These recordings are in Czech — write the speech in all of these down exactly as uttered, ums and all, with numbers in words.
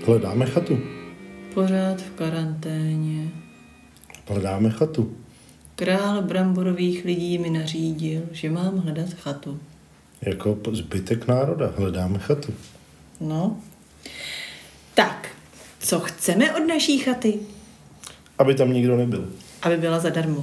Hledáme chatu. Pořád v karanténě. Hledáme chatu. Král bramborových lidí mi nařídil, že mám hledat chatu. Jako zbytek národa. Hledáme chatu. No. Tak, co chceme od naší chaty? Aby tam nikdo nebyl. Aby byla zadarmo.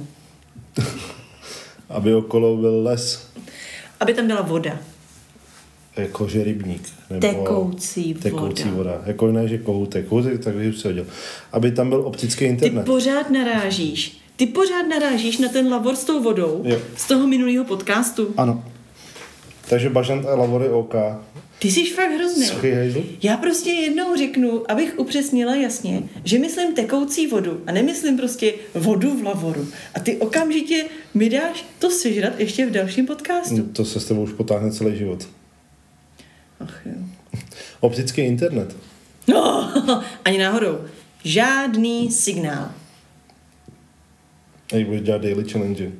Aby okolo byl les. Aby tam byla voda. Jakože rybník. Nebo Tekoucí voda. Tekoucí voda. Jako ne, že kohoutek. Kohoutek, tak bych se hodil. Aby tam byl optický internet. Ty pořád narážíš. Ty pořád narážíš na ten lavor s tou vodou. Jo. Z toho minulého podcastu. Ano. Takže Bažant a Lavory OK. Ty jsi fakt hrozný. Suchý hejzl? Já prostě jednou řeknu, abych upřesnila jasně, že myslím tekoucí vodu a nemyslím prostě vodu v lavoru. A ty okamžitě mi dáš to sežrat ještě v dalším podcastu. No, to se s tebou už potáhne celý život. Ach jo. Optický internet. No, ani náhodou. Žádný signál. Jak budeš dělat daily challenge?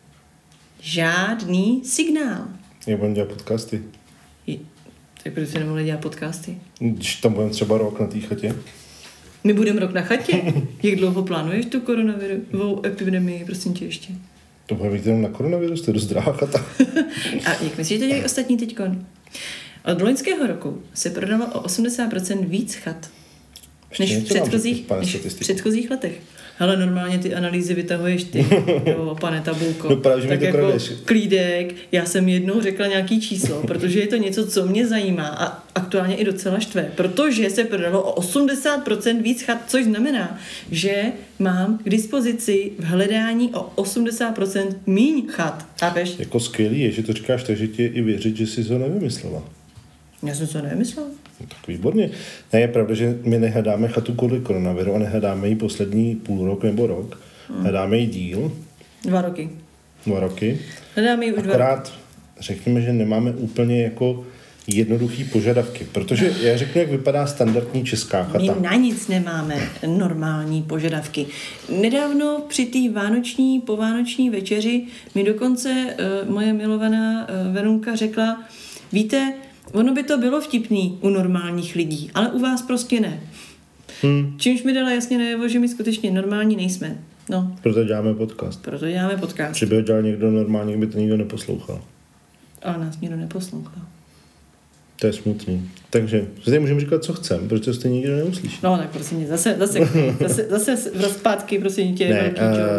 Žádný signál. Jak budeme dělat podcasty? Je, tak proč se nemohli dělat podcasty? Když tam budeme třeba rok na té chatě. My budeme rok na chatě? Jak dlouho plánuješ tu koronavirovou epidemii, prosím tě ještě? To budeme mít jenom na koronavirus, to je dost drahá chata. A jak myslíš, že to dělají ostatní teďkon? Od loňského roku se prodalo o osmdesát procent víc chat než v předchozích, než v předchozích letech. Hele, normálně ty analýzy vytahuješ ty, jo, pane Tabulko. No právě, že tak mi to jako kradeš. klídek, já jsem jednou řekla nějaký číslo, protože je to něco, co mě zajímá a aktuálně i docela štve, protože se prodalo o osmdesát procent víc chat, což znamená, že mám k dispozici v hledání o osmdesát procent míň chat. Chápeš? Jako skvělý je, že to říkáš tak, že ti je i věřit, že jsi to nevymyslela. Já jsem to nemyslela. No, tak výborně. Ne, je pravda, že my nehledáme chatu kvůli koronaviru a nehledáme ji poslední půl rok nebo rok. Hmm. Hledáme ji díl. Dva roky. Dva roky. Hledáme ji už dva roky. Akorát řekněme, že nemáme úplně jako jednoduchý požadavky, protože já řeknu, jak vypadá standardní česká chata. My na nic nemáme normální požadavky. Nedávno při té vánoční, povánoční večeři mi dokonce uh, moje milovaná uh, Verunka řekla, víte, ono by to bylo vtipný u normálních lidí, ale u vás prostě ne. Hmm. Čímž mi dala jasně najevo, že my skutečně normální nejsme. No. Proto děláme podcast. Proto děláme podcast. Kdyby ho dělal někdo normálně, by to nikdo neposlouchal. Ale nás nikdo neposlouchal. To je smutný. Takže zde můžeme říkat, co chceme, protože to nikdo neuslyší. No tak prosím mě, zase, zase, zase, zase zpátky, prosím tě, ne, velký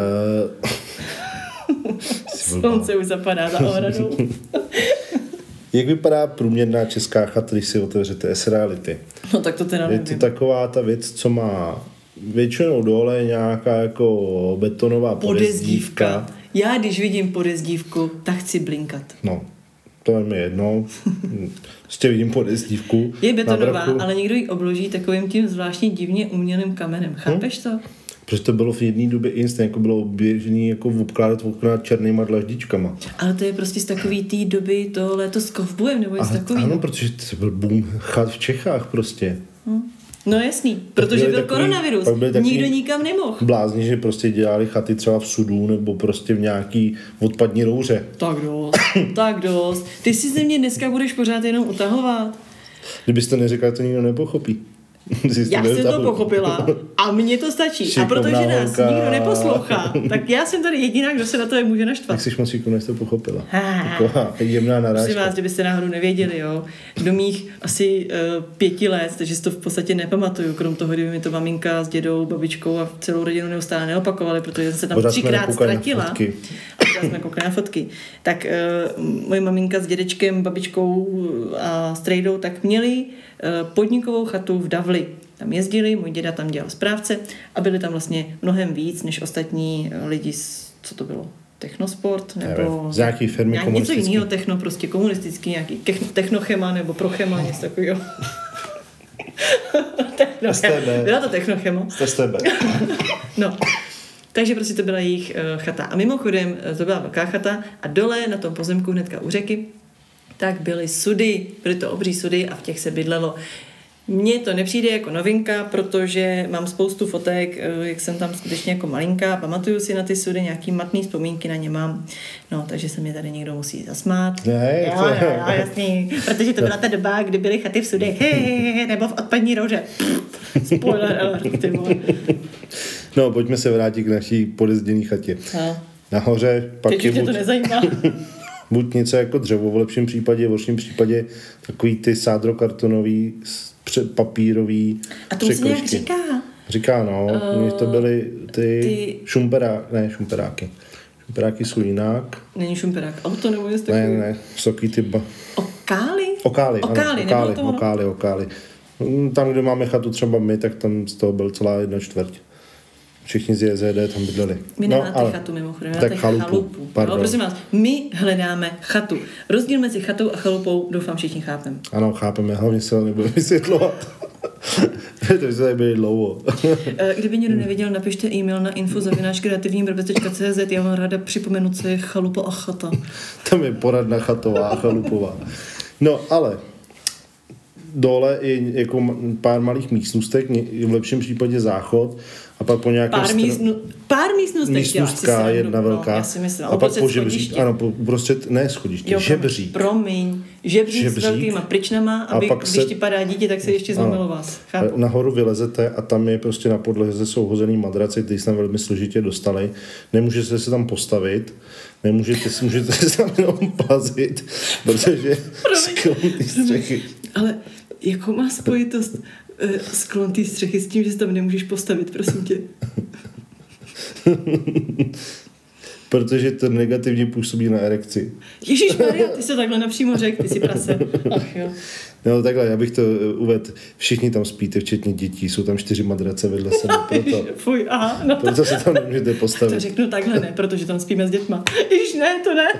uh... Slunce už zapadá za ohradou. Jak vypadá průměrná česká chata, když si otevřete S-Reality? No tak to teda nevím. Je to taková ta věc, co má většinou dole nějaká jako betonová podezdívka. podezdívka. Já když vidím podezdívku, tak chci blinkat. No, to je mi jedno. Prostě vidím podezdívku. Je betonová, ale někdo ji obloží takovým tím zvláštně divně umělým kamenem. Chápeš hmm? to? Protože to bylo v jedné době instant, jako bylo běžný jako obkládat okna černýma dlaždičkama. Ale to je prostě z takový té doby to léto s kovbujem, nebo je z takový. Ano, protože to byl boom chat v Čechách prostě. Hmm. No jasný, protože byl takový, koronavirus. Nikdo nikam nemohl. Blázni, že prostě dělali chaty třeba v sudu nebo prostě v nějaký odpadní rouře. Tak dost, tak dost. Ty si ze mě dneska budeš pořád jenom utahovat. Kdybyste neřekla, to nikdo nepochopí. Já jsem to pochopila a mně to stačí. Šikovná a protože nás holka. nikdo neposlouchá, tak já jsem tady jediná, kdo se na to může naštvat. Tak jsi moc šikovná, jsi to pochopila. Taková jemná narážka. Prosím vás, kdybyste náhodou nevěděli, jo. Do mých asi uh, pěti let, takže si to v podstatě nepamatuju, krom toho, kdyby mi to maminka s dědou, babičkou a celou rodinu neustále neopakovali, protože jsem se tam Pořád třikrát ztratila. A pořád jsme koukali na fotky. Tak uh, moje maminka s dědečkem, babičkou a strejdou tak měli uh, podnikovou chatu v Davli. Tam jezdili, můj děda tam dělal správce a byli tam vlastně mnohem víc než ostatní lidi z, co to bylo, technosport, nebo z nějaký firmy něco jiného techno, prostě komunistický, nějaký technochema nebo prochema, něco takového. Byla to technochema. Jste z tebe. No. Takže prostě to byla jejich uh, chata. A mimochodem, to byla velká chata a dole na tom pozemku hnedka u řeky, tak byly sudy, byly to obří sudy a v těch se bydlelo. Mně to nepřijde jako novinka, protože mám spoustu fotek, jak jsem tam skutečně jako malinká, pamatuju si na ty sudy, nějaký matný vzpomínky na ně mám, no, takže se mě tady někdo musí zasmát. Ne, jo, jo, jo, jasný, protože to byla ta doba, kdy byly chaty v sudech, nebo v odpadní rouře. Spoiler alert, ty vole. No, pojďme se vrátit k naší podezděný chatě. No. Nahoře pak Teď je už tě buď, to nezajímá. buď něco jako dřevo v lepším případě, v horším případě takový ty sádrokartonový, papírový A to se nějak říká. Říká, no, uh, to byly ty, ty... šumperák, ne, šumperáky. Šumperáky jsou jinak. Není šumperák, auto nebo jest takový? Ne, ne, jsou ty... Ba... Okály? Okály, okály, ano, okály, to ono? okály, okály. Tam, kde máme chatu třeba my, tak tam z toho byl celá jedna čtvrť. Všichni z J Z D tam bydleli. My no, nemáte ale... chatu mimochodem, tak máte chalupu. chalupu. Pardon. No, prosím vás, my hledáme chatu. Rozdíl mezi chatou a chalupou doufám všichni chápeme. Ano, chápeme, hlavně se ho nebudu vysvětlovat. To by se tady byli dlouho. Kdyby někdo nevěděl, napište e-mail na info zavináč kreativní brbec tečka cé zet, já vám ráda připomenu, co je chalupa a chata. Tam je poradna chatová a chalupová. No, ale dole je jako pár malých místnůstek, v lepším případě záchod a pak po nějakém... Pár, str... místnu... pár místnůstek. Místnůstka jedna velká. No, já si myslím, a pak po žebříčku. Ano, uprostřed, ne schodiště, žebřík. Promiň, žebřík, žebřík s velkýma pryčnama, aby když se... ti padá dítě, tak se ještě zlomilo vás. Chápu. Nahoru vylezete a tam je prostě na podlaze jsou hozený madrace, které se tam velmi složitě dostali. Nemůžete se tam postavit, nemůžete můžete se tam jenom plazit, protože sklon ty střechy. Ale jakou má spojitost uh, sklon té střechy s tím, že se tam nemůžeš postavit, prosím tě? Protože to negativně působí na erekci. Ježišmarja, ty se takhle napřímo řekl, ty si prase. Ach jo. No takhle, já bych to uvedl. Všichni tam spíte, včetně dětí. Jsou tam čtyři madrace vedle sebe. Proto, Fuj, aha. No proto se tam nemůžete postavit. To řeknu takhle ne, protože tam spíme s dětma. Ježiš, ne, to ne.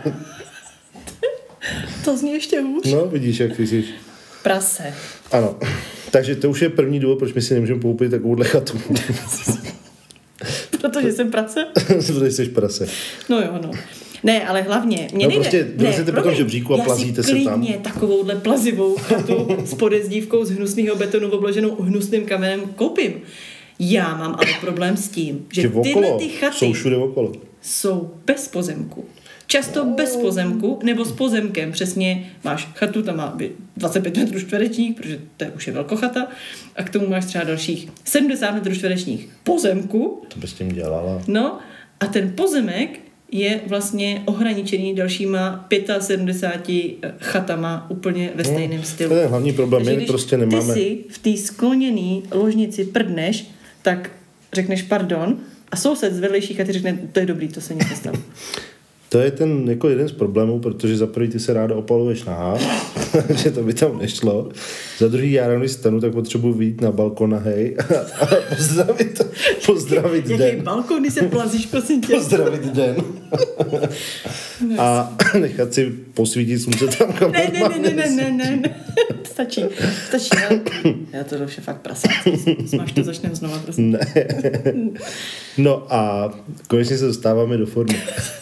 To zní ještě hůř. No, vidíš, jak jsi. Prase. Ano. Takže to už je první důvod, proč my si nemůžeme koupit takovouhle chatu. Protože jsem prase? Protože jsi prase. No jo, no. Ne, ale hlavně... Mě no nejde, prostě vylezete po tom žebříku a plazíte se tam. Já si klidně takovouhle plazivou chatu s podezdívkou z hnusného betonu obloženou hnusným kamenem koupím. Já mám ale problém s tím, že, že tyhle ty chaty jsou všude okolo. Jsou bez pozemku. Často bez pozemku nebo s pozemkem. Přesně máš chatu, tam má dvacet pět metrů čtverečních, protože to je už je velkochata, a k tomu máš třeba dalších sedmdesát metrů čtverečních pozemku. To bys tím dělala. No a ten pozemek je vlastně ohraničený dalšíma sedmdesáti pěti chatama úplně ve stejném no, stylu. To je hlavní problém, my prostě nemáme. Ty si v té skloněné ložnici prdneš, tak řekneš pardon a soused z vedlejší chaty řekne, to je dobrý, to se nic nestalo. To je ten jako jeden z problémů, protože za prvý ty se ráda opaluješ nahá, že to by tam nešlo. Za druhý, já ráno stanu, tak potřebuji vyjít na balkon a hej a pozdravit, pozdravit Jaký den. Jaký balkon, když se plazíš, prosím tě. Pozdravit den. A nechat si posvítit slunce tam, kam ne, ne, ne, ne, ne, ne, ne. Stačí, stačí. Já to už je fakt prasácký. Máš to začneme znova, prosím. Ne. No a konečně se dostáváme do formy.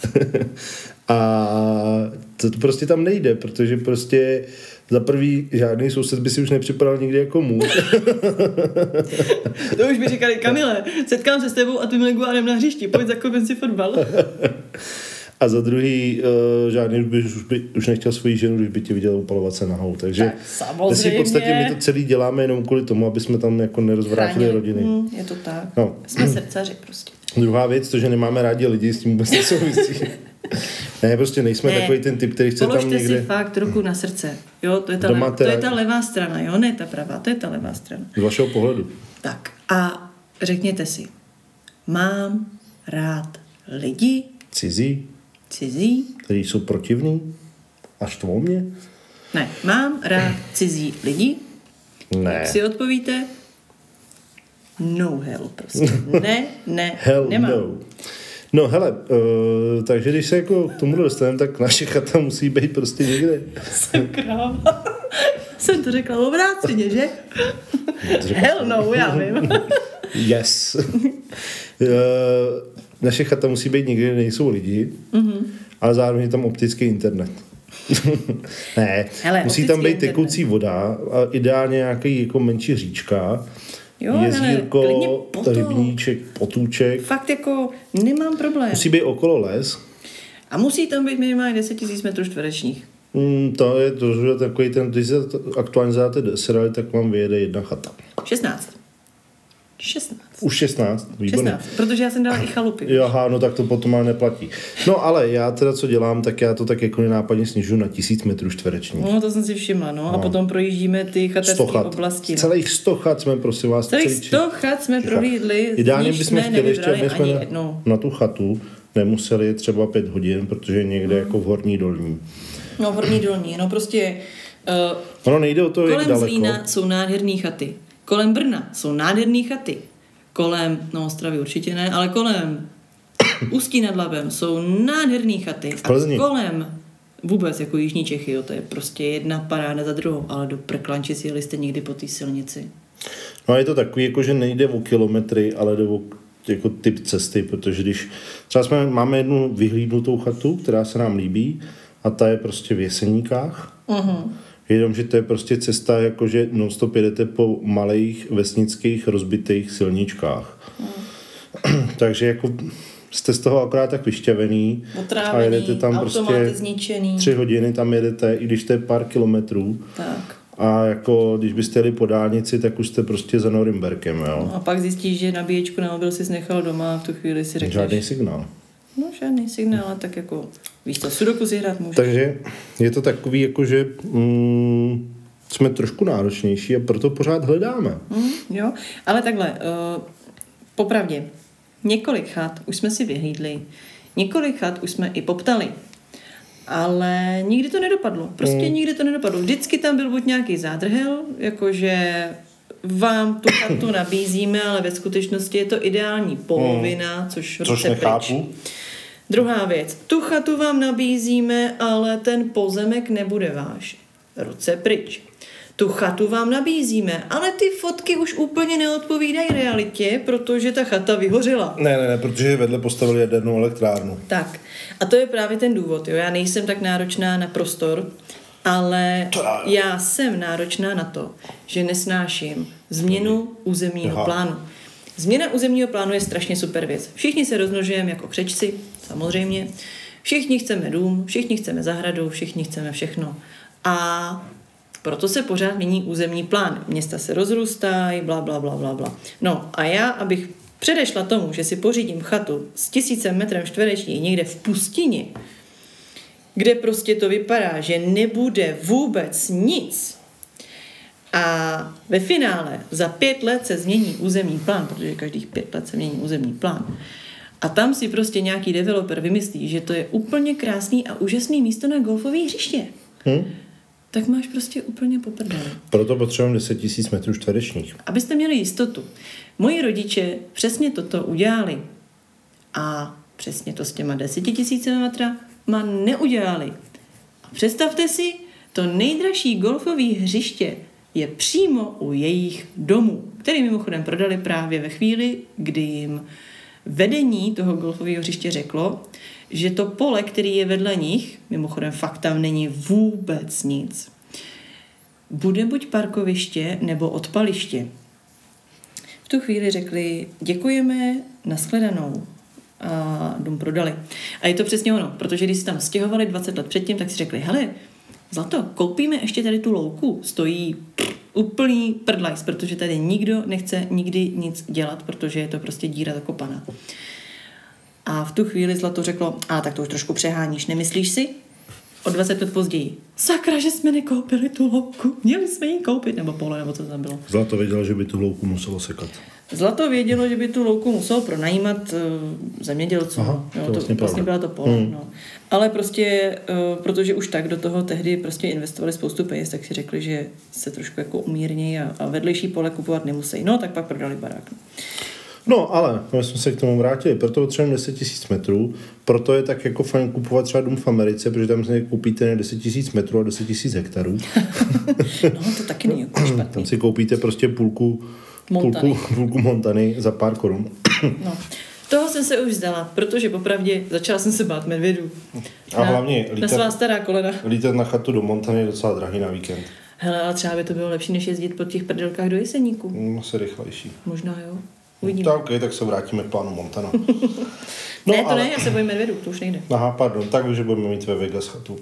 A to, to prostě tam nejde, protože prostě za prvý žádný soused by si už nepřipadal nikdy jako muž. To už mi říkali, Kamile, setkám se s tebou a ty miliguárem na hřišti, pojď zakoupit si fotbal. A za druhý, uh, žádný už by, už by už nechtěl svoji ženu, když by tě viděl upalovat se nahou. Takže samozřejmě. v podstatě my to celý děláme jenom kvůli tomu, aby jsme tam jako nerozvrátili Chráně. rodiny. Mm, je to tak. No. Jsme srdcaři prostě. Druhá věc, to, že nemáme rádi lidi, s tím vůbec nesouvisí. Ne, prostě nejsme ne. takový ten typ, který chce Položte tam někde... si fakt ruku na srdce. Jo, to je, ta lev... to je ta levá strana, jo, ne ta pravá, to je ta levá strana. Z vašeho pohledu. Tak a řekněte si, mám rád lidi. Cizí. Cizí. Který jsou protivní. A štvou mě. Ne, mám rád cizí lidi. Ne. Jak si odpovíte? No hell, prostě. Ne, ne, hell nemám. no. No hele, uh, takže když se jako k tomu dostaneme, tak naše chata musí být prostě někde. Jsem kráva. Jsem to řekla obráceně, že? Hell no, já vím. Yes. uh, naše chata musí být někde, kde nejsou lidi, mm-hmm. ale zároveň je tam optický internet. Ne, hele, musí tam být internet. tekoucí voda a ideálně nějaký jako menší říčka, jo, jezírko, hele, rybníček, potůček. Fakt jako nemám problém. Musí být okolo les. A musí tam být minimálně deset tisíc metrů čtverečních. Mm, to je to, že takový ten, když se aktuálně záte deserali, tak vám vyjede jedna chata. šestnáct. šestnáct. Už šestnáct, výborně. šestnáct, protože já jsem dala i chalupy. Jo, aha, no tak to potom ale neplatí. No ale já teda co dělám, tak já to tak jako nenápadně snižuji na tisíc metrů čtverečních. No to jsem si všimla, no. no. A potom projíždíme ty chatecké oblasti. No. Celých sto chat jsme, prosím vás. Celých sto chat jsme prohlídli, ideálně bychom chtěli ještě, aby jsme ani na, jednou. na tu chatu nemuseli třeba pět hodin, protože je někde hmm. jako v horní dolní. No v horní dolní, no prostě... Uh, ono nejde o to, jak daleko. Kolem Zlína jsou nádherný chaty. Kolem Brna jsou nádherný chaty. Kolem, no Ostravy určitě ne, ale kolem Ústí nad Labem jsou nádherný chaty. A kolem vůbec jako Jižní Čechy, jo, to je prostě jedna paráda za druhou, ale do Prklanči si jeli jste někdy po té silnici. No a je to takový, jako že nejde o kilometry, ale jde o jako typ cesty, protože když třeba jsme, máme jednu vyhlídnutou chatu, která se nám líbí a ta je prostě v Jeseníkách. Uh-huh. Jenomže to je prostě cesta, jakože non-stop jedete po malých vesnických rozbitých silničkách. Uh-huh. Takže jako jste z toho akorát tak vyšťavený otrávený, a jedete tam prostě zničený. tři hodiny tam jedete, i když to je pár kilometrů. Tak. A jako když byste jeli po dálnici, tak už jste prostě za Norimberkem, jo. No a pak zjistíš, že nabíječku na mobil jsi nechal doma a v tu chvíli si řekneš... Žádný signál. No, žádný signál, ale tak jako, víš to, sudoku si hrát můžeš. Takže je to takový, jako že mm, jsme trošku náročnější a proto pořád hledáme. Mm, jo, ale takhle, uh, popravdě, několik chat už jsme si vyhlídli, několik chat už jsme i poptali, ale nikdy to nedopadlo. Prostě mm. nikdy to nedopadlo. Vždycky tam byl buď nějaký zádrhel, jakože vám tu chatu nabízíme, ale ve skutečnosti je to ideální polovina, mm. což, což nechápu. Druhá věc. Tu chatu vám nabízíme, ale ten pozemek nebude váš. Ruce pryč. Tu chatu vám nabízíme, ale ty fotky už úplně neodpovídají realitě, protože ta chata vyhořela. Ne, ne, ne, protože vedle postavili jadernou elektrárnu. Tak. A to je právě ten důvod. Jo. Já nejsem tak náročná na prostor, ale já jsem náročná na to, že nesnáším změnu územního Aha. plánu. Změna územního plánu je strašně super věc. Všichni se rozmnožujeme jako křečci, samozřejmě. Všichni chceme dům, všichni chceme zahradu, všichni chceme všechno. A proto se pořád mění územní plán. Města se rozrůstají, bla, bla, bla, bla, bla. No a já, abych předešla tomu, že si pořídím chatu s tisícem metrem čtverečním někde v pustině, kde prostě to vypadá, že nebude vůbec nic, a ve finále za pět let se změní územní plán, protože každých pět let se mění územní plán. A tam si prostě nějaký developer vymyslí, že to je úplně krásný a úžasný místo na golfové hřiště. Hmm? Tak máš prostě úplně poprdele. Proto potřebujeme deset tisíc metrů čtverečních. Abyste měli jistotu. Moji rodiče přesně toto udělali. A přesně to s těma deseti tisíci metra ma neudělali. A představte si, to nejdražší golfové hřiště je přímo u jejich domů, který mimochodem prodali právě ve chvíli, kdy jim vedení toho golfového hřiště řeklo, že to pole, který je vedle nich, mimochodem fakt tam není vůbec nic, bude buď parkoviště nebo odpaliště. V tu chvíli řekli, děkujeme, nashledanou, a dům prodali. A je to přesně ono, protože když si tam stěhovali dvacet let předtím, tak si řekli, hele, zlato, koupíme ještě tady tu louku, stojí pff, úplný prdlajs, protože tady nikdo nechce nikdy nic dělat, protože je to prostě díra zakopaná. A v tu chvíli zlato řeklo, a tak to už trošku přeháníš, nemyslíš si? O dvacet let později. Sakra, že jsme nekoupili tu louku, měli jsme ji koupit, nebo pole, nebo co tam bylo. Zlato vědělo, že by tu louku muselo sekat. Zlato vědělo, že by tu louku muselo pronajímat uh, zemědělcům. Aha, jo, to vlastně, to vlastně byla to pole. Hmm. No. Ale prostě, uh, protože už tak do toho tehdy prostě investovali spoustu peněz, tak si řekli, že se trošku jako umírnějí a, a vedlejší pole kupovat nemusí. No, tak pak prodali barák. No, ale my jsme se k tomu vrátili, proto potřebujeme deset tisíc metrů, proto je tak jako fajn kupovat třeba dům v Americe, protože tam si koupíte ne deset tisíc metrů a deset tisíc hektarů. No, to taky není úplně špatný. Tam si koupíte prostě půlku Montany, půlku, půlku Montany za pár korun. No. Toho jsem se už vzdala, protože popravdě začala jsem se bát medvědů. A na, hlavně na lítat, svá stará kolena. lítat na chatu do Montany je docela drahý na víkend. Hele, ale třeba by to bylo lepší, než jezdit po těch prdelkách do Jeseníku. No, asi rychlejší. Možná jo. Uvidíme. Tak, okay, tak se vrátíme k plánu Montana. No, ne, to ale... ne, já se bojím medvědů, to už nejde. Aha, pardon, takže budeme mít ve Vegas chatu.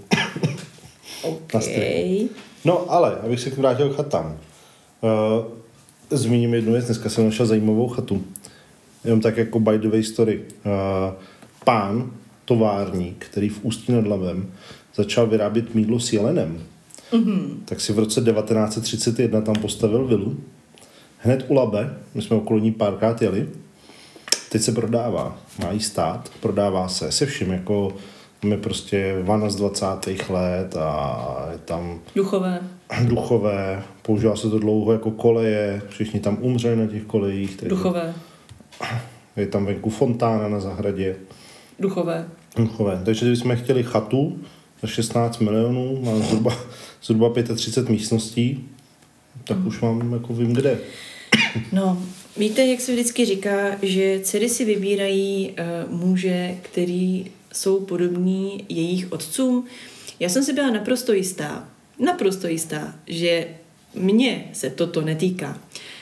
Okay. No, ale, abych se vrátil k chatám. Uh, zmíním jednu věc, dneska jsem našel zajímavou chatu. Jenom tak jako by the way story. Uh, pán, továrník, který v Ústí nad Labem začal vyrábět mýdlo s jelenem, mm-hmm. tak si v roce devatenáct set třicet jedna tam postavil vilu. Hned u Labe, my jsme okolo ní párkrát jeli, teď se prodává, má jí stát, prodává se se vším, jako máme prostě vana z dvacátých let a je tam duchové. duchové, používá se to dlouho jako koleje, všichni tam umřeli na těch kolejích. Takže duchové. Je tam venku fontána na zahradě. Duchové. Duchové. Takže když jsme chtěli chatu za šestnáct milionů, mám zhruba, zhruba třicet pět místností, tak mm. už mám jako vím kde. No, víte, jak se vždycky říká, že dcery si vybírají uh, muže, který jsou podobní jejich otcům. Já jsem si byla naprosto jistá, naprosto jistá, že mně se toto netýká.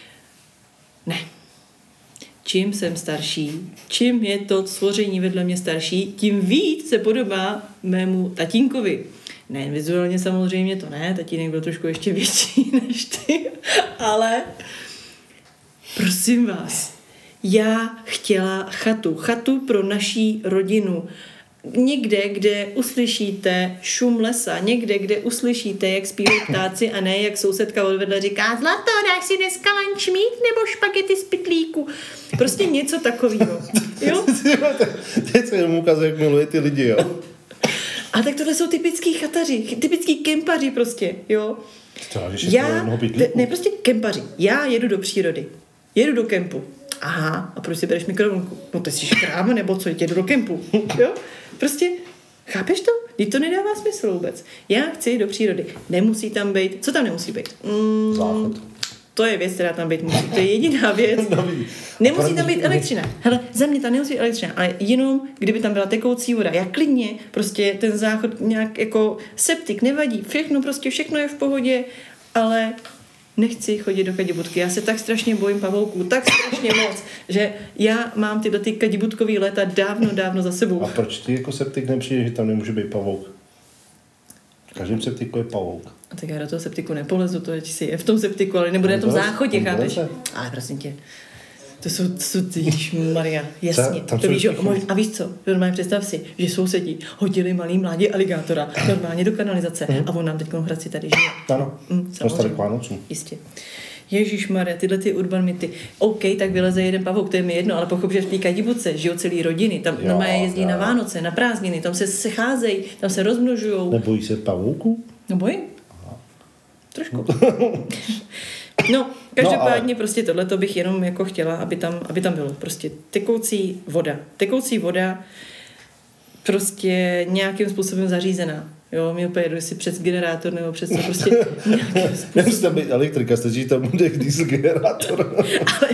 Ne. Čím jsem starší, čím je to stvoření vedle mě starší, tím víc se podobá mému tatínkovi. Ne, vizuálně samozřejmě to ne, tatínek byl trošku ještě větší než ty, ale prosím vás, já chtěla chatu, chatu pro naší rodinu. Někde, kde uslyšíte šum lesa, někde, kde uslyšíte, jak zpívají ptáci a ne, jak sousedka odvedle říká: Zlato, dáš si dneska lunch meat nebo špagety z pytlíku? Prostě něco takového. Jo? Teď se jenom ukazuje, jak miluje ty lidi, jo? A tak tohle jsou typický chataři, typický kempaři prostě, jo? To, já, ne, prostě kempaři. Já jedu do přírody, jedu do kempu. Aha, a proč si bereš mikrovlnku? No ty jsi škráma, nebo co, jedu do kempu, jo? Prostě, chápeš to? Vždyť to nedává smysl vůbec. Já chci do přírody. Nemusí tam být, co tam nemusí být? Mm, Záchod. To je věc, která tam být musí. To je jediná věc. Nemusí tam být elektřina. Hele, za mě tam nemusí být elektřina, ale jenom, kdyby tam byla tekoucí voda. Já klidně, prostě ten záchod nějak jako septik nevadí. Všechno, prostě všechno je v pohodě, ale nechci chodit do kadibutky. Já se tak strašně bojím pavouků, tak strašně moc, že já mám tyhle ty kadibutkový léta dávno, dávno za sebou. A proč ty jako septik nepřijde, že tam nemůže být pavouk? V každém septiku je pavouk. A tak já do toho septiku nepolezu, to je, si je v tom septiku, ale nebude na tom záchodě, chápeš? Ale prosím tě, to jsou, to jsou ty, Maria, jasně. Ta, to víš, jo, a víš co, normálně představ si, že sousedí hodili malý mládě aligátora normálně do kanalizace mm. a on nám teď Hradci tady žije. Ano, mm, samozřejmě. K Vánocům. Jistě. Ježišmarja, tyhle ty urban myty. OK, tak vyleze jeden pavouk, to je mi jedno, ale pochop, že v té Kadibutce žijou celý rodiny, tam jo, normálně jezdí jo. na Vánoce, na prázdniny, tam se secházejí, tam se rozmnožujou. Nebojí se pavouků? No bojím. Aha. Trošku. No, každopádně no, ale... prostě tohleto bych jenom jako chtěla, aby tam, aby tam bylo prostě tekoucí voda. Tekoucí voda prostě nějakým způsobem zařízená. Jo, mi úplně jedu, jestli přes generátor nebo přes co, prostě nějakým způsobem. Nemusí tam být elektrika, stačí tam bude diesel generátor. Ale...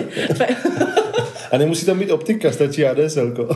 A nemusí tam být optika, stačí á dé es elko.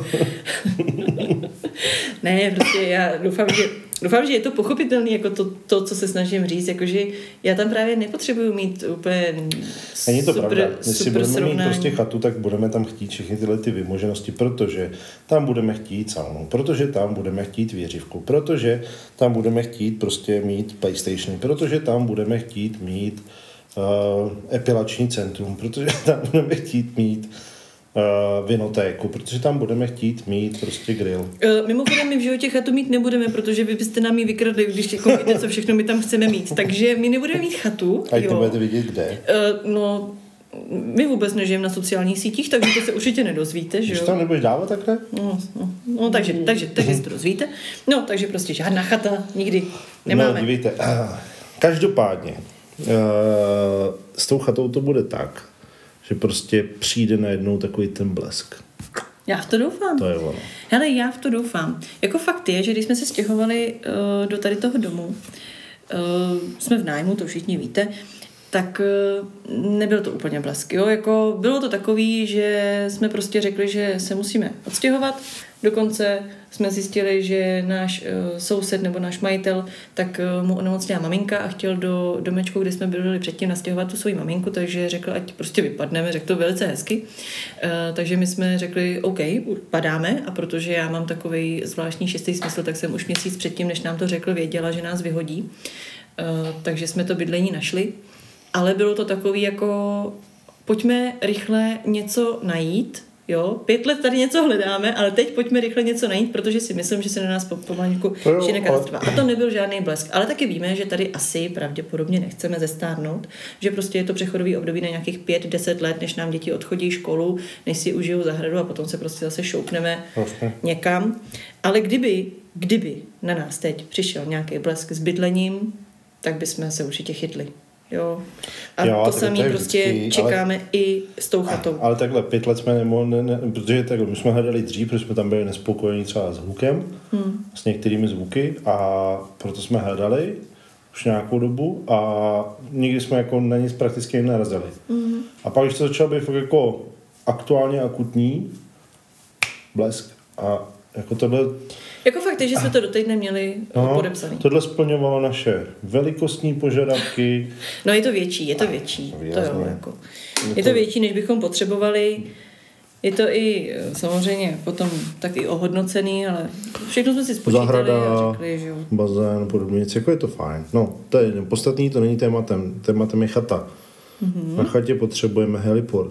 Ne, prostě já doufám, že Doufám, že je to pochopitelné, jako to, to, co se snažím říct, jakože já tam právě nepotřebuju mít úplně Není to super, pravda. Když si budeme srovnání. mít prostě chatu, tak budeme tam chtít všechny tyhle ty vymoženosti, protože tam budeme chtít saunu, protože tam budeme chtít věřivku, protože tam budeme chtít prostě mít PlayStationy, protože tam budeme chtít mít uh, epilační centrum, protože tam budeme chtít mít Uh, vinotéku, protože tam budeme chtít mít prostě grill. Uh, mimochodem, my v životě chatu mít nebudeme, protože vy byste nám ji vykradli, když jako víte, co všechno my tam chceme mít. Takže my nebudeme mít chatu. A to budete vidět kde? Uh, no, my vůbec nežijeme na sociálních sítích, takže to se určitě nedozvíte, že jo? Když tam nebudeš dávat takhle? No, no, no takže, takže, takže si to dozvíte. No, takže prostě žádná chata nikdy nemáme. No, dívejte, uh, každopádně uh, s tou chatou to bude tak, že prostě přijde najednou takový ten blesk. Já v to doufám. To je ono. Hele, já v to doufám. Jako fakt je, že když jsme se stěhovali uh, do tady toho domu, uh, jsme v nájmu, to všichni víte, tak nebyl to úplně blesk. Jo? Jako bylo to takový, že jsme prostě řekli, že se musíme odstěhovat. Dokonce jsme zjistili, že náš uh, soused nebo náš majitel, tak uh, mu onemocněla maminka a chtěl do domečku, kde jsme byli předtím, nastěhovat tu svoji maminku, takže řekl, ať prostě vypadneme, řekl to velice hezky. Uh, takže my jsme řekli, OK, padáme, a protože já mám takovej zvláštní šestý smysl, tak jsem už měsíc předtím, než nám to řekl, věděla, že nás vyhodí. Uh, takže jsme to bydlení našli. Ale bylo to takový jako, pojďme rychle něco najít. Jo, pět let tady něco hledáme, ale teď pojďme rychle něco najít, protože si myslím, že se na nás pomalinku šine katastrofa. A to nebyl žádný blesk. Ale taky víme, že tady asi pravděpodobně nechceme zestárnout, že prostě je to přechodový období na nějakých pět deset let, než nám děti odchodí školu, než si užijou zahradu a potom se prostě zase šoupneme vlastně někam. Ale kdyby, kdyby na nás teď přišel nějaký blesk s bydlením, tak bychom se určitě chytli. Jo. A jo, to samé prostě vždycky, čekáme ale, i s tou chatou. Ale takhle pět let jsme nemohli, ne, ne, protože takhle, my jsme hledali dřív, protože jsme tam byli nespokojení třeba s hlukem, hmm. s některými zvuky, a proto jsme hledali už nějakou dobu a nikdy jsme jako na nic prakticky nenarazili. Hmm. A pak, když to začalo být fakt jako aktuálně akutní blesk a jako tohle... Jako fakt je, že jsme to doteď neměli no, podepsaný. Tohle splňovalo naše velikostní požadavky. No je to větší, je to větší. To jo, jako. Je to větší, než bychom potřebovali. Je to i samozřejmě potom tak i ohodnocený, ale všechno jsme si spočítali. Zahrada, a řekli, že jo. Bazén, podobně, jako je to fajn. No, to je podstatný, to není tématem. Tématem je chata. Mm-hmm. Na chatě potřebujeme heliport.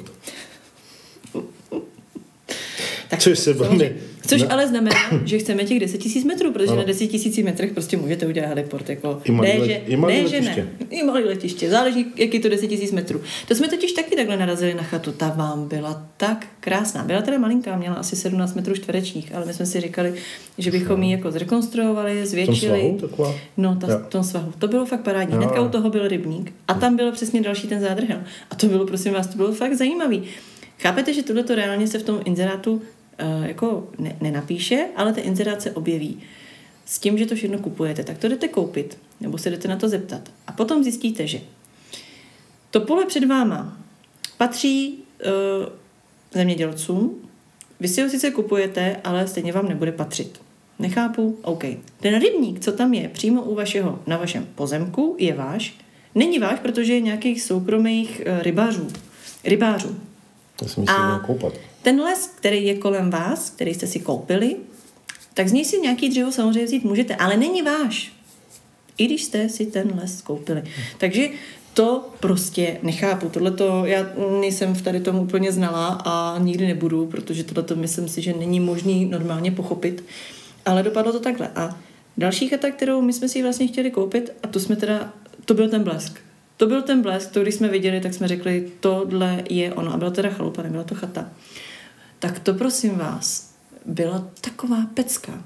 Tak, což se bavíme. Což ne? Ale znamená, že chceme těch deset tisíc metrů, protože ano. Na deset tisíc metrech prostě můžete udělat heliport. Jako, I malý, ne, že, i malý ne, letiště. Že ne. I malý letiště. Záleží, jak je to deset tisíc metrů. To jsme totiž taky takhle narazili na chatu. Ta vám byla tak krásná. Byla teda malinká, měla asi sedmnáct metrů čtverečních, ale my jsme si říkali, že bychom ji jako zrekonstruovali, zvětšili. V tom svahu taková? No, ta, v tom svahu. To bylo fakt parádní. Jo. Hnedka u toho byl rybník a tam bylo přesně další ten zádrhel. A to bylo, prosím vás, to bylo fakt zajímavý. Chápete, že tohleto reálně se v tom inzerátu Uh, jako ne, nenapíše, ale ten inzerát se objeví. S tím, že to všechno kupujete, tak to jdete koupit, nebo se jdete na to zeptat. A potom zjistíte, že to pole před váma patří uh, zemědělcům, vy si ho sice kupujete, ale stejně vám nebude patřit. Nechápu? OK. Ten rybník, co tam je přímo u vašeho, na vašem pozemku, je váš. Není váš, protože je nějakých soukromých uh, rybářů. Rybářů. To si myslím, a koupat. Ten les, který je kolem vás, který jste si koupili, tak z něj si nějaký dřevo samozřejmě vzít můžete, ale není váš. I když jste si ten les koupili. Takže to prostě nechápu. Tohleto, já nejsem v tady tomu úplně znalá a nikdy nebudu, protože tohleto myslím si, že není možný normálně pochopit. Ale dopadlo to takhle. A další chata, kterou my jsme si vlastně chtěli koupit, a to jsme teda, to byl ten blesk. To byl ten blesk, to když jsme viděli, tak jsme řekli, tohle je ono. A byla teda chalupa, nebyla to chata. Tak to prosím vás, byla taková pecka.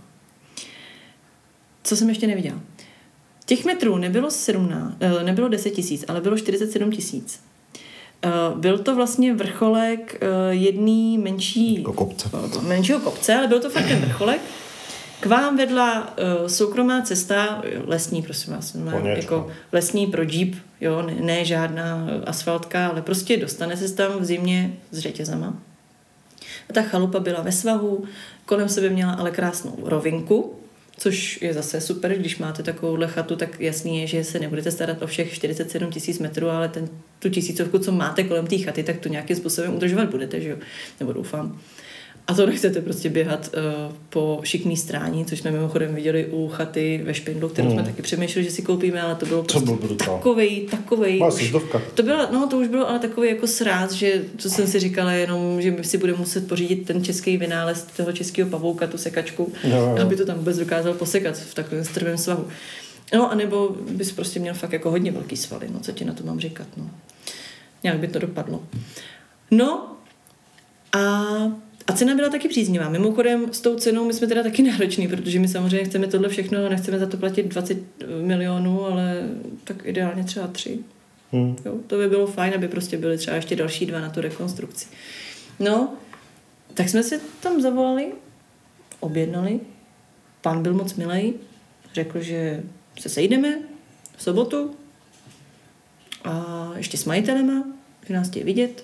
Co jsem ještě neviděla. Těch metrů nebylo sedmnáct, nebylo deset tisíc, ale bylo čtyřicet sedm tisíc. Byl to vlastně vrcholek jedný menší, kopce. menšího kopce, ale byl to fakt ten vrcholek. K vám vedla uh, soukromá cesta, lesní, prosím vás, jako lesní pro džíp, jo, ne, ne žádná asfaltka, ale prostě dostane se tam v zimě s řetězama. A ta chalupa byla ve svahu, kolem sebe měla ale krásnou rovinku, což je zase super, když máte takovouhle chatu, tak jasný je, že se nebudete starat o všech čtyřicet sedm tisíc metrů, ale ten, tu tisícovku, co máte kolem té chaty, tak to nějakým způsobem udržovat budete, že jo, nebo doufám. A to nechcete prostě běhat uh, po šikmý stráni, což jsme mimochodem viděli u chaty ve Špindlu, kterou mm. jsme taky přemýšleli, že si koupíme, ale to bylo prostě takovej, takovej. Už, to bylo, no to už bylo ale takový jako sráz, že co jsem si říkala jenom, že si bude muset pořídit ten český vynález toho českého pavouka, tu sekačku, jo, jo. Aby to tam vůbec dokázal posekat v takovém strmém svahu. No a nebo bys prostě měl fakt jako hodně velký svaly, no co ti na to mám říkat, no. Nějak by to dopadlo. No a A cena byla taky příznivá. Mimochodem s tou cenou my jsme teda taky nároční, protože my samozřejmě chceme tohle všechno, nechceme za to platit dvacet milionů, ale tak ideálně třeba tři. Hmm. Jo, to by bylo fajn, aby prostě byly třeba ještě další dva na tu rekonstrukci. No, tak jsme se tam zavolali, objednali, pán byl moc milej, řekl, že se sejdeme v sobotu a ještě s majitelema, že nás chtějí vidět.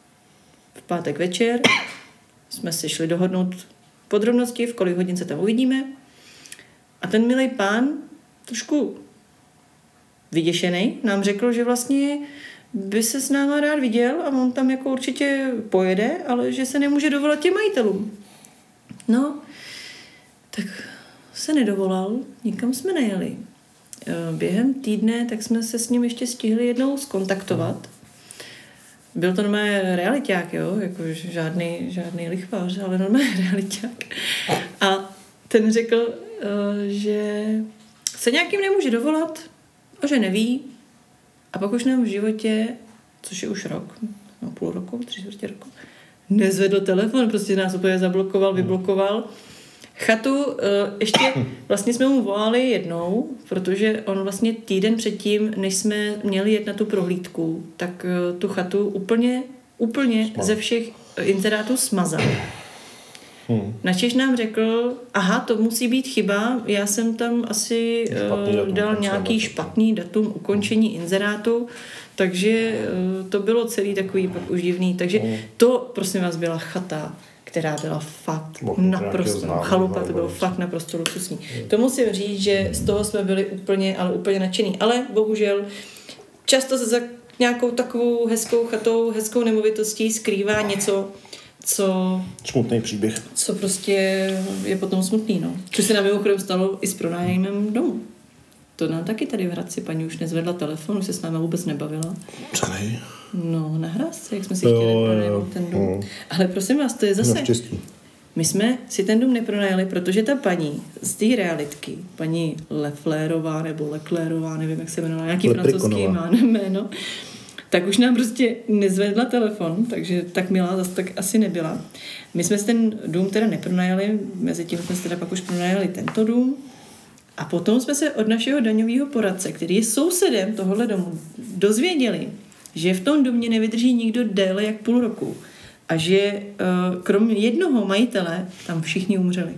V pátek večer jsme si šli dohodnout podrobnosti, v kolik hodin se tam uvidíme. A ten milý pán, trošku vyděšený, nám řekl, že vlastně by se s náma rád viděl a on tam jako určitě pojede, ale že se nemůže dovolat těm majitelům. No, tak se nedovolal, nikam jsme nejeli. Během týdne tak jsme se s ním ještě stihli jednou skontaktovat. Byl to normálně realiťák, jo, jako žádný, žádný lichvář, ale normálně realiťák. A ten řekl, že se nějakým nemůže dovolat a že neví. A pak už nám v životě, což je už rok, no půl roku, tři čtvrtě roku, nezvedl telefon, prostě nás úplně zablokoval, vyblokoval. Chatu, ještě vlastně jsme mu volali jednou, protože on vlastně týden předtím, než jsme měli jet na tu prohlídku, tak tu chatu úplně, úplně Smaz. ze všech inzerátů smazal. Hmm. Načež nám řekl, aha, to musí být chyba, já jsem tam asi uh, dal nějaký špatný datum ukončení inzerátu, takže uh, to bylo celý takový pak už divný. Takže hmm. to, prosím vás, byla chata, která byla fakt Bohu, naprosto, chalupa, to bylo fakt naprosto luxusní. Hmm. To musím říct, že z toho jsme byli úplně, ale úplně nadšený. Ale bohužel často se za nějakou takovou hezkou chatou, hezkou nemovitostí skrývá něco, co... Smutný příběh. Co prostě je potom smutný, no. Což se nám mimochodem stalo i s pronájmem domu. To nám taky tady v Hradci paní už nezvedla telefon, už se s námi vůbec nebavila. Canej. No, na Hradci, jak jsme si chtěli pronajmout ten dům. No. Ale prosím vás, to je zase... Naštěstí. My jsme si ten dům nepronajali, protože ta paní z té realitky, paní Leflérová nebo Leclérová, nevím, jak se jmenovala, nějaký francouzský má jméno, tak už nám prostě nezvedla telefon, takže tak milá zase tak asi nebyla. My jsme si ten dům teda nepronajali, mezi tím jsme si teda pak už pronajali tento dům a potom jsme se od našeho daňového poradce, který je sousedem tohohle domu, dozvěděli, že v tom domě nevydrží nikdo déle jak půl roku a že kromě jednoho majitele tam všichni umřeli.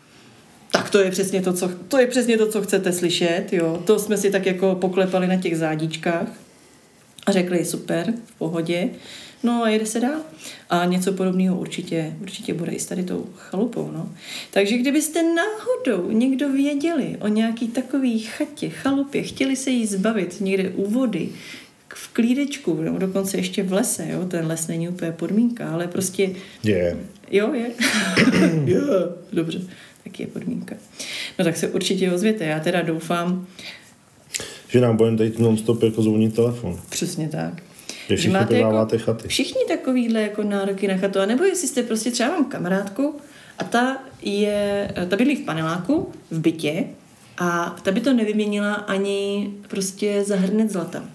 Tak to je přesně to, co, to je přesně to, co chcete slyšet, jo. To jsme si tak jako poklepali na těch zádičkách. A řekli, super, v pohodě, no a jede se dál. A něco podobného určitě, určitě bude i s tady tou chalupou, no. Takže kdybyste náhodou někdo věděli o nějaký takový chatě, chalupě, chtěli se jí zbavit někde u vody, v klídečku, nebo dokonce ještě v lese, jo, ten les není úplně podmínka, ale prostě... Je. Jo, je. Je. Dobře, tak je podmínka. No tak se určitě ozvěte, já teda doufám, že nám budeme tady non-stop jako zvonit telefon. Přesně tak. Že všichni prodáváte jako, chaty. Všichni takovýhle jako nároky na chatu. A nebo jestli jste prostě třeba mám kamarádku a ta je, ta bydlí v paneláku, v bytě a ta by to nevyměnila ani prostě za hrnec zlata.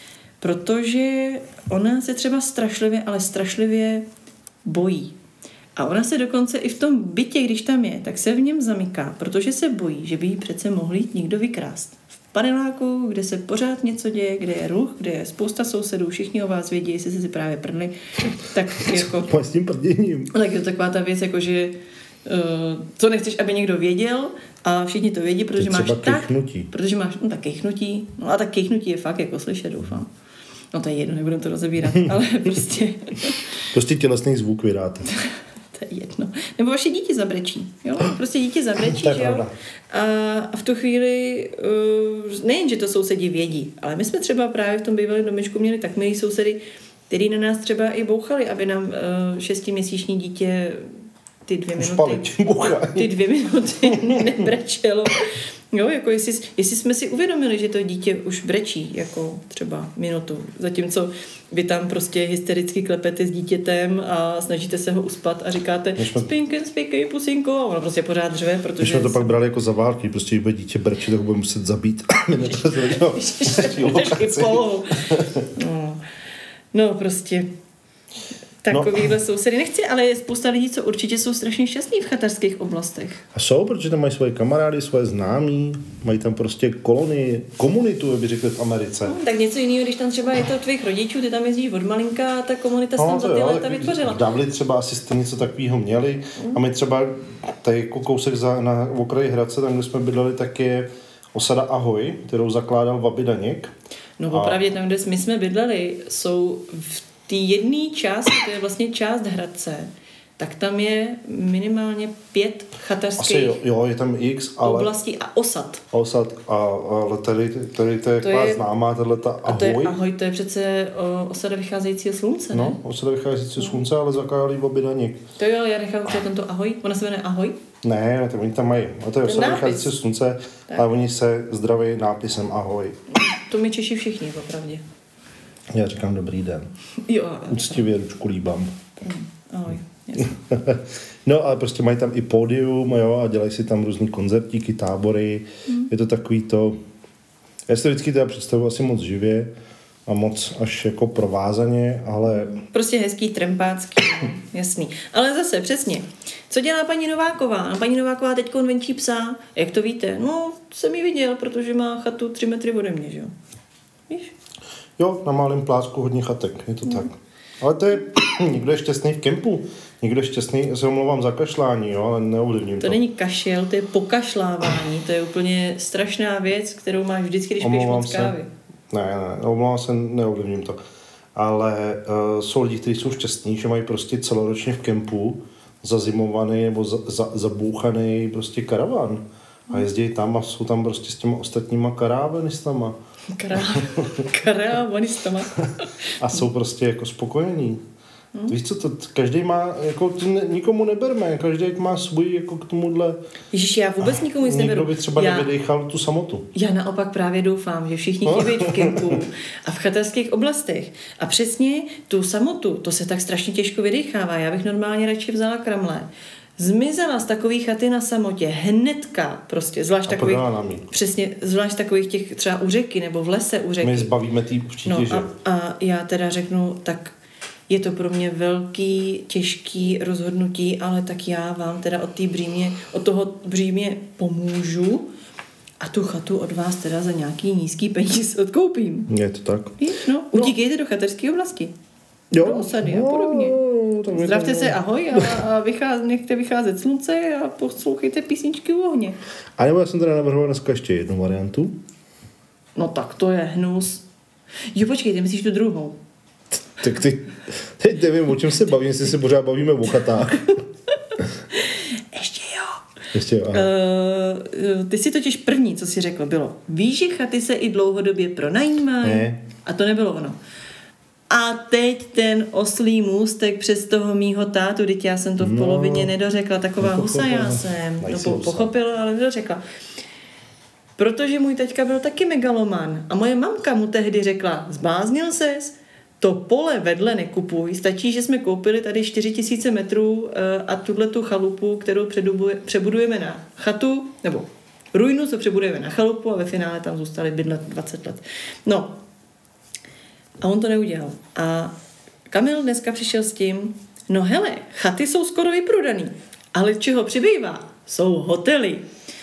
Protože ona se třeba strašlivě, ale strašlivě bojí. A ona se dokonce i v tom bytě, když tam je, tak se v něm zamyká, protože se bojí, že by jí přece mohl jít někdo vykrást. V paneláku, kde se pořád něco děje, kde je ruch, kde je spousta sousedů, všichni o vás vědí, jestli se si právě prdli, tak jako... Co s tím prděním? Tak je to taková ta věc, jako že uh, co nechceš, aby někdo věděl a všichni to vědí, protože máš tak... Kejchnutí. Protože máš, no tak kejchnutí, no a tak kejchnutí je fakt jako slyšet, doufám. No to je jedno, nebudem to rozebírat, ale prostě... Prostě tělesný zvuk vydáte. To je jedno. Nebo vaše dítě zabrečí. Jo? Prostě dítě zabrečí, že jo? A v tu chvíli uh, nejen, že to sousedi vědí, ale my jsme třeba právě v tom bývalém domečku měli tak milí sousedy, který na nás třeba i bouchali, aby nám uh, šestiměsíční dítě ty dvě minuty, ty dvě minuty nebrečelo. Jo, jako jestli, jestli jsme si uvědomili, že to dítě už brečí jako třeba minutu, zatímco vy tam prostě hystericky klepete s dítětem a snažíte se ho uspat a říkáte jsme... spinky, spinky, pusinko a ono prostě pořád řve, protože... My jsme to pak brali jako za války, prostě když dítě brečí, tak ho budeme muset zabít. no. no prostě... Takovýhle no. sousedy nechci, ale je spousta lidí, co určitě jsou strašně šťastní v chatarských oblastech. A jsou, protože tam mají svoje kamarády, svoje známí, mají tam prostě kolonii, komunitu, jak by řekli v Americe. No, tak něco jiného, když tam třeba je to tvých rodičů, ty tam jezdíš od malinka a ta komunita se no, tam za ty jo, léta vytvořila. V Davli třeba asi jste něco takového měli mm. a my třeba tady jako kousek za, na okraji Hradce, tam kde jsme bydleli, tak je osada Ahoj, kterou zakládal Vaby Daněk. No opravdu tam, kde my jsme bydleli, jsou v té jedné části, to je vlastně část Hradce, tak tam je minimálně pět chatařských Asi jo, jo, je tam X, ale... oblastí a osad. Osad, a, ale tady, tady to je To taková je- známá, tato Ahoj. A to je ahoj, to je přece o, osada vycházejícího slunce, ne? No, osada vychází z slunce, ale zakázali obě na nich. To jo, já nechám třeba tento ahoj, ona se jmenuje ahoj. Ne, ne, to oni tam mají. A to je Ten osada nápis. vychází z slunce, Tak. ale oni se zdraví nápisem Ahoj. To my Češi všichni, opravdě. Já říkám dobrý den. Jo, Úctivě ručku líbám. ahoj. Jasně. No, ale prostě mají tam i pódium, jo, a dělají si tam různý koncertíky, tábory. Hmm. Je to takový to... Já si to vždycky teda představuji asi moc živě a moc až jako provázaně, ale... Prostě hezký, trempácký, jasný. Ale zase, přesně. Co dělá paní Nováková? No, paní Nováková teď venčí psa. Jak to víte? No, jsem ji viděl, protože má chatu tři metry ode mě, že jo? Víš? Jo, na malém plácku hodně chatek, je to tak. Ale to je... Někdo je šťastný v kempu, někdo je šťastný, já se omlouvám za kašlání, jo, ale neovlivním to. To není kašel, to je pokašlávání. To je úplně strašná věc, kterou máš vždycky, když piješ Omlouvám moc se. kávy. Ne, ne, omlouvám se, neovlivním to. Ale uh, jsou lidi, kteří jsou šťastní, že mají prostě celoročně v kempu zazimovaný nebo za, za, zabouchaný prostě karavan. A jezdí tam a jsou tam prostě s těma ostatníma karavanistama. Kará- Karavanistama. A jsou prostě jako spokojení. Hmm. Víš co, to, každý má, jako to ne, nikomu neberme, každý má svůj jako k tomuhle. Ježiš, já vůbec nikomu nic Někdo neberu. by třeba já, nevydechal tu samotu. já naopak právě doufám, že všichni chtějí být v kempu a v chatarských oblastech. A přesně tu samotu, to se tak strašně těžko vydechává. Já bych normálně radši vzala kramle. Zmizela z takových chaty na samotě hnedka, prostě, zvlášť A takových, prodala nám ji. přesně, zvlášť takových těch třeba u řeky nebo v lese u řeky. My zbavíme tý určitě, No že? a, a já teda řeknu, tak je to pro mě velký, těžký rozhodnutí, ale tak já vám teda od té břímě, od toho břímě pomůžu a tu chatu od vás teda za nějaký nízký peníz odkoupím. Je to tak. Víš, no, utíkejte do chaterské oblasti. Jo. Do osady a podobně. tak mi to- Zdravte se, ahoj a, a vycház, nechte vycházet slunce a poslouchejte písničky u ohně. A nebo já jsem teda navrhoval dneska ještě jednu variantu. No tak to je hnus. Jo, počkej, ty myslíš tu druhou. Tak ty, teď nevím, o čem se bavím, jestli se pořád bavíme o chatách. Ještě jo. Ještě, aha. Uh, ty si totiž první, co jsi řekl, bylo, víš, že chaty se i dlouhodobě pronajímají? Ne. A to nebylo ono. A teď ten oslý můstek přes toho mýho tátu, teď já jsem to v No, polovině nedořekla, taková husa nepochopila. já jsem. No, Nejsi po, husa. pochopila, ale nedořekla. Protože můj taťka byl taky megaloman a moje mamka mu tehdy řekla, zbláznil ses, to pole vedle nekupuj, stačí, že jsme koupili tady čtyři tisíce metrů eh, a tuhle tu chalupu, kterou předubuje- přebudujeme na chatu, nebo ruinu, co přebudujeme na chalupu a ve finále tam zůstali bydlet dvacet let. No, a on to neudělal. A Kamil dneska přišel s tím, no hele, chaty jsou skoro vyprodaný, ale čeho přibývá? Jsou hotely.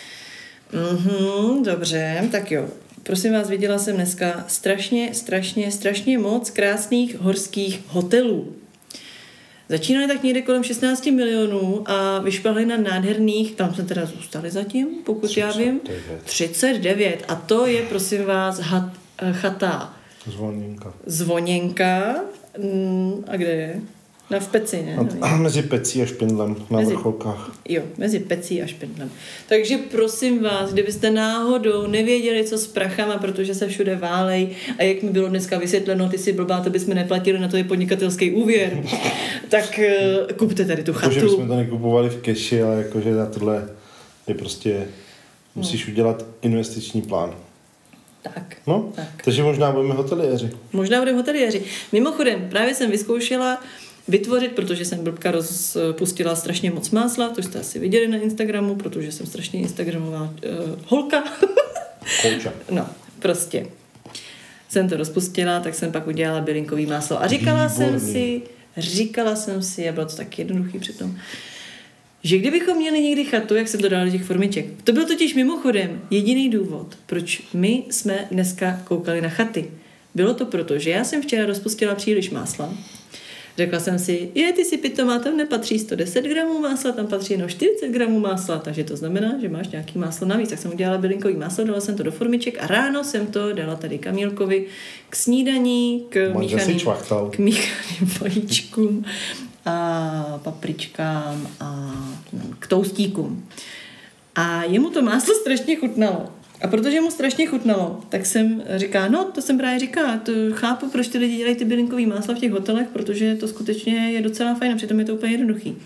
Mhm, dobře, tak jo. Prosím vás, viděla jsem dneska strašně, strašně, strašně moc krásných horských hotelů. Začínali tak někde kolem šestnáct milionů a vyšplhali na nádherných, tam jsme teda zůstali zatím, pokud já vím, třicet devět. A to je, prosím vás, hat, chata Zvoněnka. Zvoněnka. Mm, a kde je? Na v Peci, ne? A mezi Pecí a Špindlem na Mezi- vrcholkách. Jo, mezi Pecí a Špindlem. Takže prosím vás, kdybyste náhodou nevěděli, co s prachama, protože se všude válej a jak mi bylo dneska vysvětleno, ty si blbá, to bychom neplatili, na to je podnikatelský úvěr, tak uh, kupte tady tu Jakože chatu. bychom to nekupovali v keši, ale jakože na tohle je prostě, musíš udělat investiční plán. Tak. No, Tak. takže možná budeme hoteliéři. Možná budeme hoteliéři. Mimochodem, právě jsem vyzkoušela vytvořit, protože jsem blbka rozpustila strašně moc másla, to jste asi viděli na Instagramu, protože jsem strašně instagramová uh, holka. Kouča. No, prostě. Jsem to rozpustila, tak jsem pak udělala bylinkový máslo. A říkala Výborný. jsem si, říkala jsem si, a bylo to tak jednoduchý přitom, že kdybychom měli někdy chatu, jak jsem to dala do těch formiček. To byl totiž mimochodem jediný důvod, proč my jsme dneska koukali na chaty. Bylo to proto, že já jsem včera rozpustila příliš másla Řekla jsem si, je, ty si pitomá, tam nepatří sto deset gramů másla, tam patří jenom čtyřicet gramů másla, takže to znamená, že máš nějaký máslo navíc. Tak jsem udělala bylinkový máslo, dala jsem to do formiček a ráno jsem to dala tady Kamílkovi k snídaní, k míchaným, k míchaným vajíčkům a papričkám a k toustíkům. A jemu to máslo strašně chutnalo. A protože mu strašně chutnalo, tak jsem říká, no to jsem právě říká, to chápu, proč ty lidi dělají ty bylinkový másla v těch hotelech, protože to skutečně je docela fajn a přitom je to úplně jednoduchý.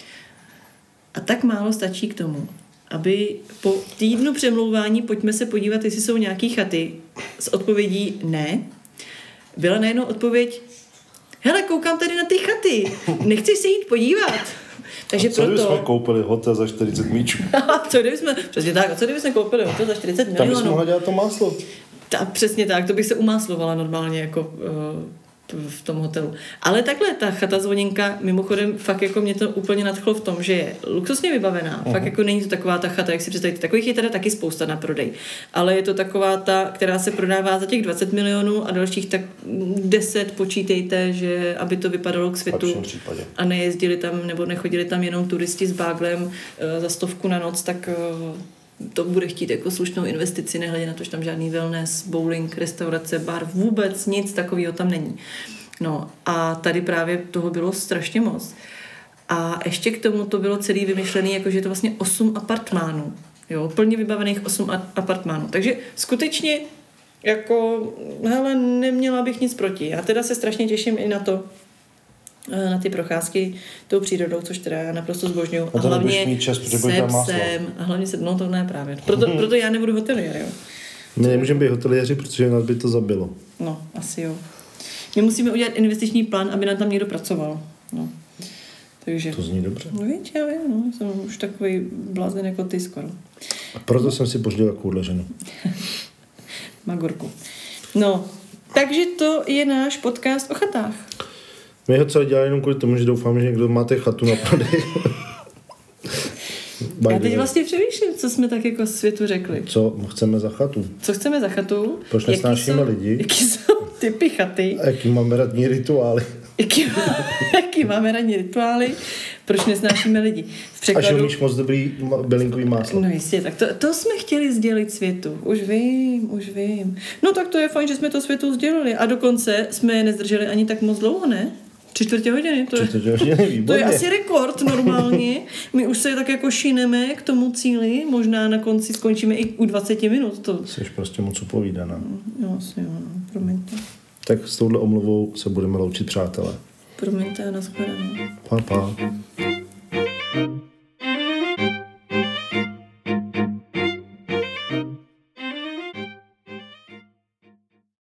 A tak málo stačí k tomu, aby po týdnu přemlouvání pojďme se podívat, jestli jsou nějaký chaty s odpovědí ne, byla najednou odpověď, hele, koukám tady na ty chaty, nechceš se jít podívat? Takže a co proto... kdybychom koupili hotel za čtyřicet míčů? co kdybychom, přesně tak, a co kdybychom koupili hotel za čtyřicet milionů? Tam bychom mohli dělat to máslo. Ta, přesně tak, to bych se umáslovala normálně jako uh, v tom hotelu. Ale takhle, ta chata Zvoněnka, mimochodem fakt jako mě to úplně nadchlo v tom, že je luxusně vybavená. Uh-huh. Fakt jako není to taková ta chata, jak si představíte. Takových je teda taky spousta na prodej. Ale je to taková ta, která se prodává za těch dvacet milionů a dalších tak deset počítejte, že aby to vypadalo k světu a nejezdili tam nebo nechodili tam jenom turisti s báglem uh, za stovku na noc, tak uh, to bude chtít jako slušnou investici, nehledě na to, že tam žádný wellness, bowling, restaurace, bar, vůbec nic takového tam není. No a tady právě toho bylo strašně moc. A ještě k tomu to bylo celý vymyšlený, jakože je to vlastně osm apartmánů. Jo, plně vybavených osm apartmánů. Takže skutečně jako, hele, neměla bych nic proti. Já teda se strašně těším i na to, na ty procházky tou přírodou, což teda já naprosto zbožňuju. A hlavně mít čas, se psem, a hlavně se, no to ne právě. Proto, mm-hmm. proto já nebudu hoteliér, jo. My nemůžeme být hoteliéři, protože nás by to zabilo. No, asi jo. My musíme udělat investiční plán, aby nám tam někdo pracoval. No. Takže. To zní dobře. No víš, já vím, no. Jsem už takový blázen jako ty skoro. A proto jsem si požil takovouhle ženu. Magorku. No, takže to je náš podcast o chatách. My ho celé dělali jenom kvůli tomu, že doufám, že někdo máte chatu na prodej. Já teď vlastně přemýšlím, co jsme tak jako světu řekli. Co chceme za chatu? Co chceme za chatu? Proč nesnášíme lidi? Jaký jsou typy chaty? A jaký máme radní rituály? Jaký, jaký máme radní rituály? Proč nesnášíme lidi? V překladu... A že umíš moc dobrý bylinkový máslo. No jistě, tak to, to jsme chtěli sdělit světu. Už vím, už vím. No tak to je fajn, že jsme to světu sdělili. A dokonce jsme nezdrželi ani tak moc dlouho, ne? Tři čtvrtě hodiny. To, čtvrtě hodiny, výborně. To je asi rekord normálně. My už se tak jako šineme k tomu cíli. Možná na konci skončíme i u dvacet minut. To... Jsi prostě moc upovídaná. Jo, asi jo, no. Promiňte. Tak s touhle omluvou se budeme loučit, přátelé. Promiňte a nashledanou. Pa, pa.